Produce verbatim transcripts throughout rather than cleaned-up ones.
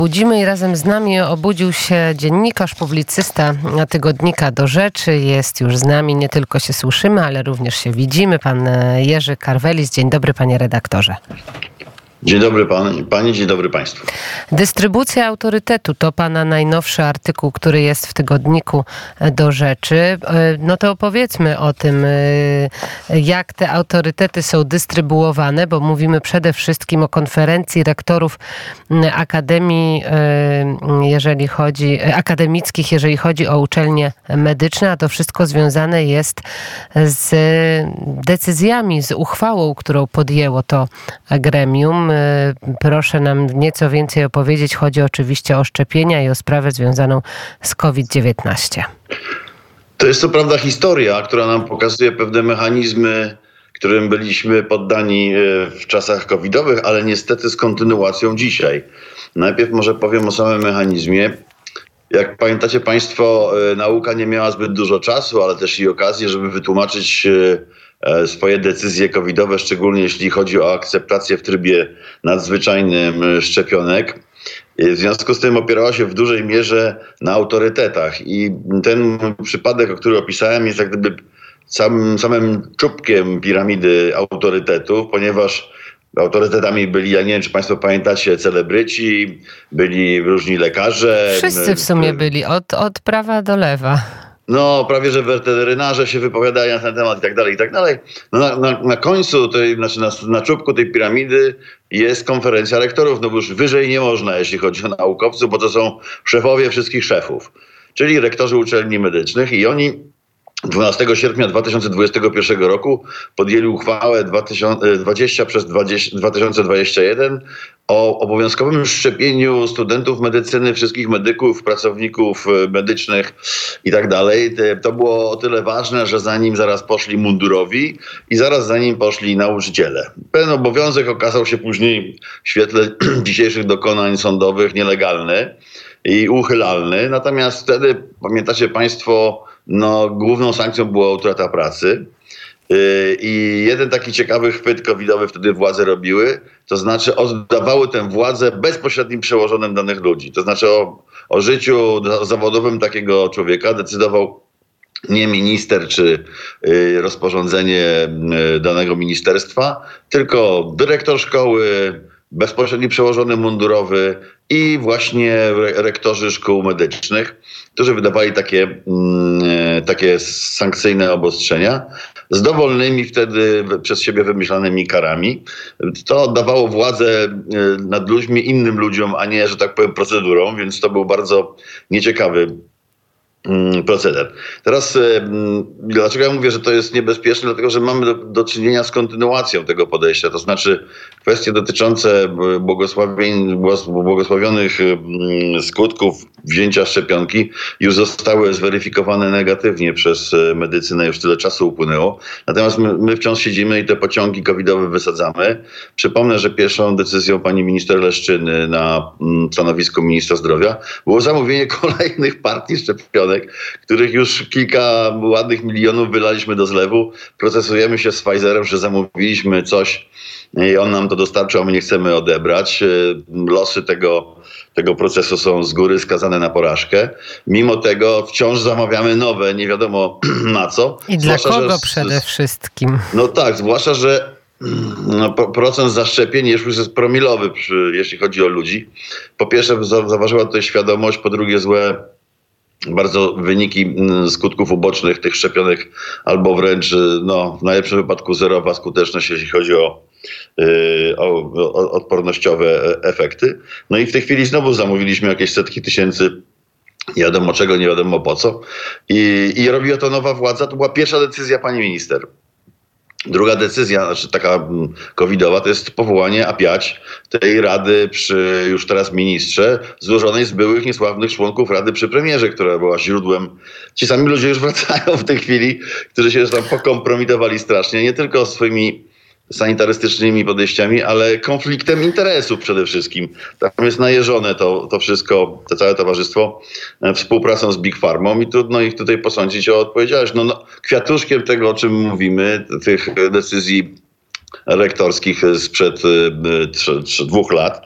Budzimy i razem z nami obudził się dziennikarz, publicysta tygodnika Do Rzeczy. Jest już z nami, nie tylko się słyszymy, ale również się widzimy. Pan Jerzy Karwelis. Dzień dobry, panie redaktorze. Dzień dobry pani, pani, dzień dobry państwu. Dystrybucja autorytetu to pana najnowszy artykuł, który jest w tygodniku Do Rzeczy. No to opowiedzmy o tym, jak te autorytety są dystrybuowane, bo mówimy przede wszystkim o konferencji rektorów akademii, jeżeli chodzi, akademickich, jeżeli chodzi o uczelnie medyczne, a to wszystko związane jest z decyzjami, z uchwałą, którą podjęło to gremium. Proszę nam nieco więcej opowiedzieć. Chodzi oczywiście o szczepienia i o sprawę związaną z kowid dziewiętnaście. To jest co prawda historia, która nam pokazuje pewne mechanizmy, którym byliśmy poddani w czasach covidowych, ale niestety z kontynuacją dzisiaj. Najpierw może powiem o samym mechanizmie. Jak pamiętacie państwo, nauka nie miała zbyt dużo czasu, ale też i okazji, żeby wytłumaczyć swoje decyzje covidowe, szczególnie jeśli chodzi o akceptację w trybie nadzwyczajnym szczepionek. W związku z tym opierała się w dużej mierze na autorytetach i ten przypadek, o który opisałem, jest jak gdyby samym, samym czubkiem piramidy autorytetów, ponieważ autorytetami byli, ja nie wiem, czy państwo pamiętacie, celebryci, byli różni lekarze. Wszyscy w sumie byli, od, od prawa do lewa. No, prawie że weterynarze się wypowiadają na ten temat i tak dalej, i tak dalej. No na, na, na końcu, tej, znaczy na, na czubku tej piramidy jest konferencja rektorów, no bo już wyżej nie można, jeśli chodzi o naukowców, bo to są szefowie wszystkich szefów, czyli rektorzy uczelni medycznych i oni dwunastego sierpnia dwa tysiące dwudziestego pierwszego roku podjęli uchwałę dwadzieścia przez dwa tysiące dwudziesty pierwszy o obowiązkowym szczepieniu studentów medycyny, wszystkich medyków, pracowników medycznych i tak dalej. To było o tyle ważne, że za nim zaraz poszli mundurowi i zaraz za nim poszli nauczyciele. Ten obowiązek okazał się później w świetle dzisiejszych dokonań sądowych nielegalny i uchylalny. Natomiast wtedy, pamiętacie państwo, no, główną sankcją była utrata pracy. I jeden taki ciekawy chwyt covidowy wtedy władze robiły, to znaczy oddawały tę władzę bezpośrednim przełożonym danych ludzi. To znaczy o, o życiu zawodowym takiego człowieka decydował nie minister czy y, rozporządzenie y, danego ministerstwa, tylko dyrektor szkoły, bezpośredni przełożony mundurowy i właśnie re- rektorzy szkół medycznych, którzy wydawali takie, mm, takie sankcyjne obostrzenia z dowolnymi wtedy przez siebie wymyślanymi karami. To dawało władzę nad ludźmi innym ludziom, a nie, że tak powiem, procedurą, więc to był bardzo nieciekawy proceder. Teraz dlaczego ja mówię, że to jest niebezpieczne? Dlatego, że mamy do, do czynienia z kontynuacją tego podejścia. To znaczy kwestie dotyczące błogosławień, błogosławionych skutków wzięcia szczepionki już zostały zweryfikowane negatywnie przez medycynę. Już tyle czasu upłynęło. Natomiast my, my wciąż siedzimy i te pociągi covidowe wysadzamy. Przypomnę, że pierwszą decyzją pani minister Leszczyny na stanowisku ministra zdrowia było zamówienie kolejnych partii szczepionek, których już kilka ładnych milionów wylaliśmy do zlewu. Procesujemy się z Pfizerem, że zamówiliśmy coś i on nam to dostarczył, a my nie chcemy odebrać. Losy tego, tego procesu są z góry skazane na porażkę. Mimo tego wciąż zamawiamy nowe, nie wiadomo na co. I dla zwłaszcza, kogo z, przede wszystkim? No tak, zwłaszcza, że no, procent zaszczepień już jest promilowy, przy, jeśli chodzi o ludzi. Po pierwsze zauważyła tutaj świadomość, po drugie złe bardzo wyniki skutków ubocznych tych szczepionek, albo wręcz no, w najlepszym wypadku zerowa skuteczność, jeśli chodzi o, yy, o, o odpornościowe efekty. No i w tej chwili znowu zamówiliśmy jakieś setki tysięcy, nie wiadomo czego, nie wiadomo po co. I, i robiła to nowa władza. To była pierwsza decyzja pani minister. Druga decyzja, znaczy taka covidowa, to jest powołanie A pięć tej rady przy już teraz ministrze, złożonej z byłych niesławnych członków rady przy premierze, która była źródłem. Ci sami ludzie już wracają w tej chwili, którzy się tam pokompromitowali strasznie, nie tylko swoimi sanitarystycznymi podejściami, ale konfliktem interesów przede wszystkim. Tam jest najeżone to, to wszystko, to całe towarzystwo współpracą z Big Pharmą i trudno ich tutaj posądzić o odpowiedzialność. No, no, kwiatuszkiem tego, o czym mówimy, tych decyzji rektorskich sprzed trzy, trzy, dwóch lat,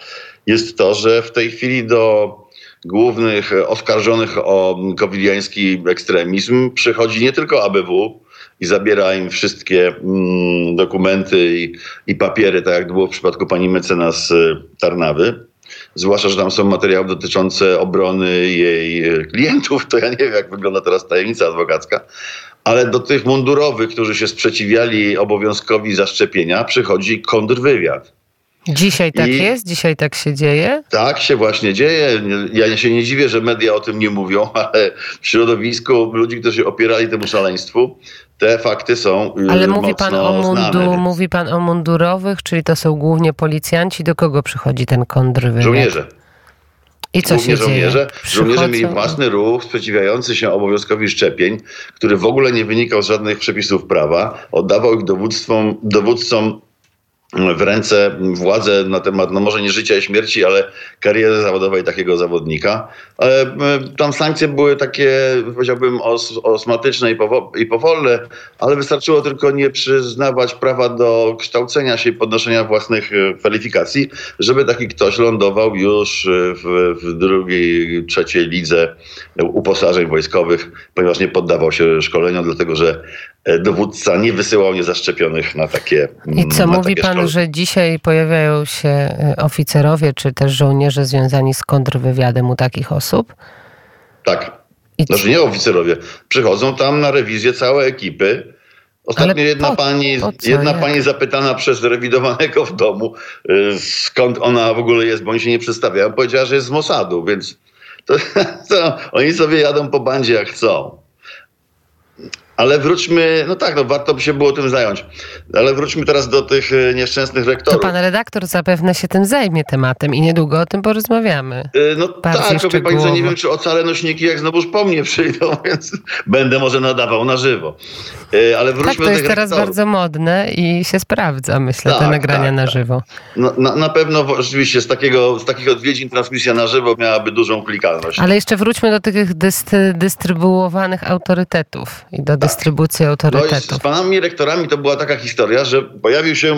jest to, że w tej chwili do głównych oskarżonych o covidiański ekstremizm przychodzi nie tylko A B W i zabiera im wszystkie mm, dokumenty i, i papiery, tak jak było w przypadku pani mecenas Tarnawy. Zwłaszcza, że tam są materiały dotyczące obrony jej klientów. To ja nie wiem, jak wygląda teraz tajemnica adwokacka. Ale do tych mundurowych, którzy się sprzeciwiali obowiązkowi zaszczepienia, przychodzi kontrwywiad. Dzisiaj tak I jest? Dzisiaj tak się dzieje? tak się właśnie dzieje. Ja się nie dziwię, że media o tym nie mówią, ale w środowisku ludzi, którzy się opierali temu szaleństwu, te fakty są Ale mówi pan o mundu, znane, mówi pan o mundurowych, czyli to są głównie policjanci. Do kogo przychodzi ten kontrwywiad? Żołnierze. I co Głównie się żołnierze. dzieje? Żołnierze mieli własny ruch sprzeciwiający się obowiązkowi szczepień, który w ogóle nie wynikał z żadnych przepisów prawa. Oddawał ich dowództwom, dowódcom w ręce władzę na temat, no może nie życia i śmierci, ale kariery zawodowej takiego zawodnika. Ale tam sankcje były takie, powiedziałbym, os, osmatyczne i, powo, i powolne, ale wystarczyło tylko nie przyznawać prawa do kształcenia się i podnoszenia własnych kwalifikacji, żeby taki ktoś lądował już w, w drugiej, trzeciej lidze uposażeń wojskowych, ponieważ nie poddawał się szkoleniom, dlatego że dowódca nie wysyłał niezaszczepionych na takie I co na mówi takie pan, szkolenia. że dzisiaj pojawiają się oficerowie, czy też żołnierze związani z kontrwywiadem u takich osób? Tak. I Znaczy nie oficerowie. Przychodzą tam na rewizję całe ekipy. Ostatnio Ale jedna po- pani, po co, jedna jak? pani zapytana przez rewidowanego w domu, y, skąd ona w ogóle jest, bo oni się nie przedstawiają, powiedziała, że jest z Mossadu, więc to, to oni sobie jadą po bandzie jak chcą. Ale wróćmy, no tak, no warto by się było tym zająć, ale wróćmy teraz do tych y, nieszczęsnych To rektorów. pan redaktor zapewne się tym zajmie tematem i niedługo o tym porozmawiamy. Y, No bardziej tak, tylko wie pani co, nie szczegółowo. wiem, czy ocalę nośniki jak znowuż po mnie przyjdą, więc będę może nadawał na żywo. Y, Ale wróćmy Tak, to do jest tych teraz rektorów. bardzo modne i się sprawdza, myślę, te Tak, nagrania tak, na tak. żywo. No, na, na pewno w- oczywiście z, takiego, z takich odwiedzin transmisja na żywo miałaby dużą klikalność. Ale jeszcze wróćmy do tych dystry, dystrybuowanych autorytetów i do dystrybucji No i autorytetów. z panami rektorami to była taka historia, że pojawił się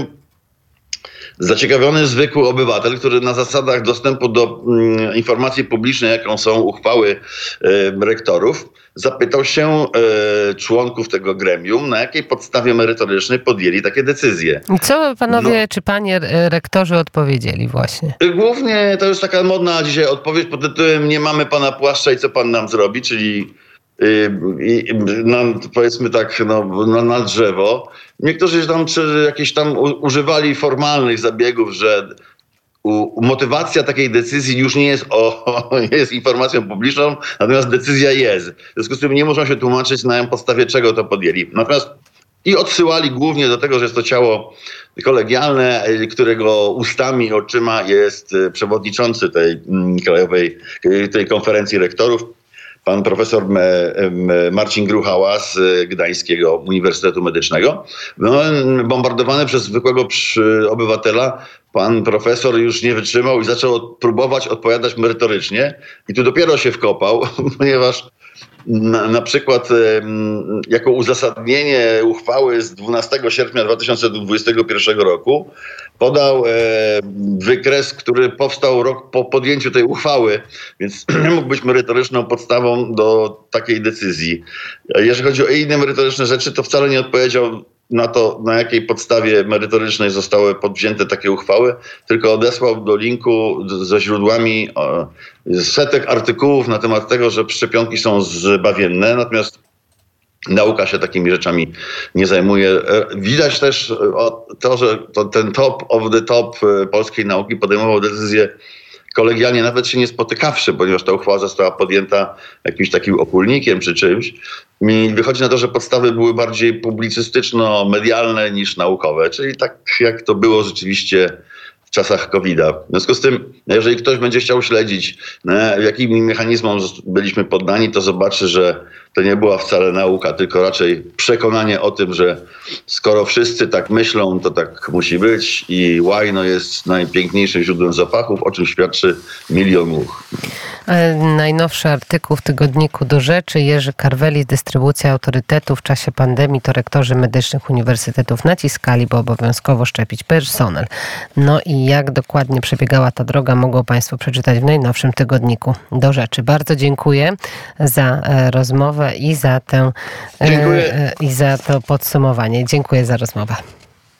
zaciekawiony zwykły obywatel, który na zasadach dostępu do mm, informacji publicznej, jaką są uchwały e, rektorów, zapytał się e, członków tego gremium, na jakiej podstawie merytorycznej podjęli takie decyzje. I co panowie, No. czy panie e, rektorzy odpowiedzieli właśnie? Głównie to jest taka modna dzisiaj odpowiedź pod tytułem nie mamy pana płaszcza i co pan nam zrobi, czyli yy, yy, na, powiedzmy tak no, na, na drzewo. Niektórzy tam czy jakieś tam u, używali formalnych zabiegów, że u, motywacja takiej decyzji już nie jest, o, nie jest informacją publiczną, natomiast decyzja jest. W związku z tym nie muszą się tłumaczyć, na podstawie czego to podjęli. Natomiast i odsyłali głównie do tego, że jest to ciało kolegialne, którego ustami, oczyma jest przewodniczący tej mm, krajowej, tej konferencji rektorów, pan profesor Marcin Gruchała z Gdańskiego Uniwersytetu Medycznego. No, bombardowany przez zwykłego przy- obywatela, pan profesor już nie wytrzymał i zaczął próbować odpowiadać merytorycznie. I tu dopiero się wkopał, ponieważ na, na przykład em, jako uzasadnienie uchwały z dwunastego sierpnia dwa tysiące dwudziestego pierwszego roku podał e, wykres, który powstał rok po podjęciu tej uchwały, więc nie mógł być merytoryczną podstawą do takiej decyzji. A jeżeli chodzi o inne merytoryczne rzeczy, to wcale nie odpowiedział na to, na jakiej podstawie merytorycznej zostały podjęte takie uchwały, tylko odesłał do linku z- ze źródłami o, setek artykułów na temat tego, że szczepionki są zbawienne, natomiast nauka się takimi rzeczami nie zajmuje. E, Widać też e, o, to, że to, ten top of the top e, polskiej nauki podejmował decyzje kolegialnie, nawet się nie spotykawszy, ponieważ ta uchwała została podjęta jakimś takim opólnikiem czy czymś. I wychodzi na to, że podstawy były bardziej publicystyczno-medialne niż naukowe, czyli tak jak to było rzeczywiście w czasach kowida. W związku z tym, jeżeli ktoś będzie chciał śledzić, e, jakimi mechanizmom zos- byliśmy poddani, to zobaczy, że to nie była wcale nauka, tylko raczej przekonanie o tym, że skoro wszyscy tak myślą, to tak musi być i łajno jest najpiękniejszym źródłem zapachów, o czym świadczy milion much. Najnowszy artykuł w tygodniku Do Rzeczy. Jerzy Karwelis, dystrybucja autorytetu w czasie pandemii to rektorzy medycznych uniwersytetów naciskali, by obowiązkowo szczepić personel. No i jak dokładnie przebiegała ta droga, mogą Państwo przeczytać w najnowszym tygodniku Do Rzeczy. Bardzo dziękuję za rozmowę i za tę Dziękuję. i za to podsumowanie. Dziękuję za rozmowę.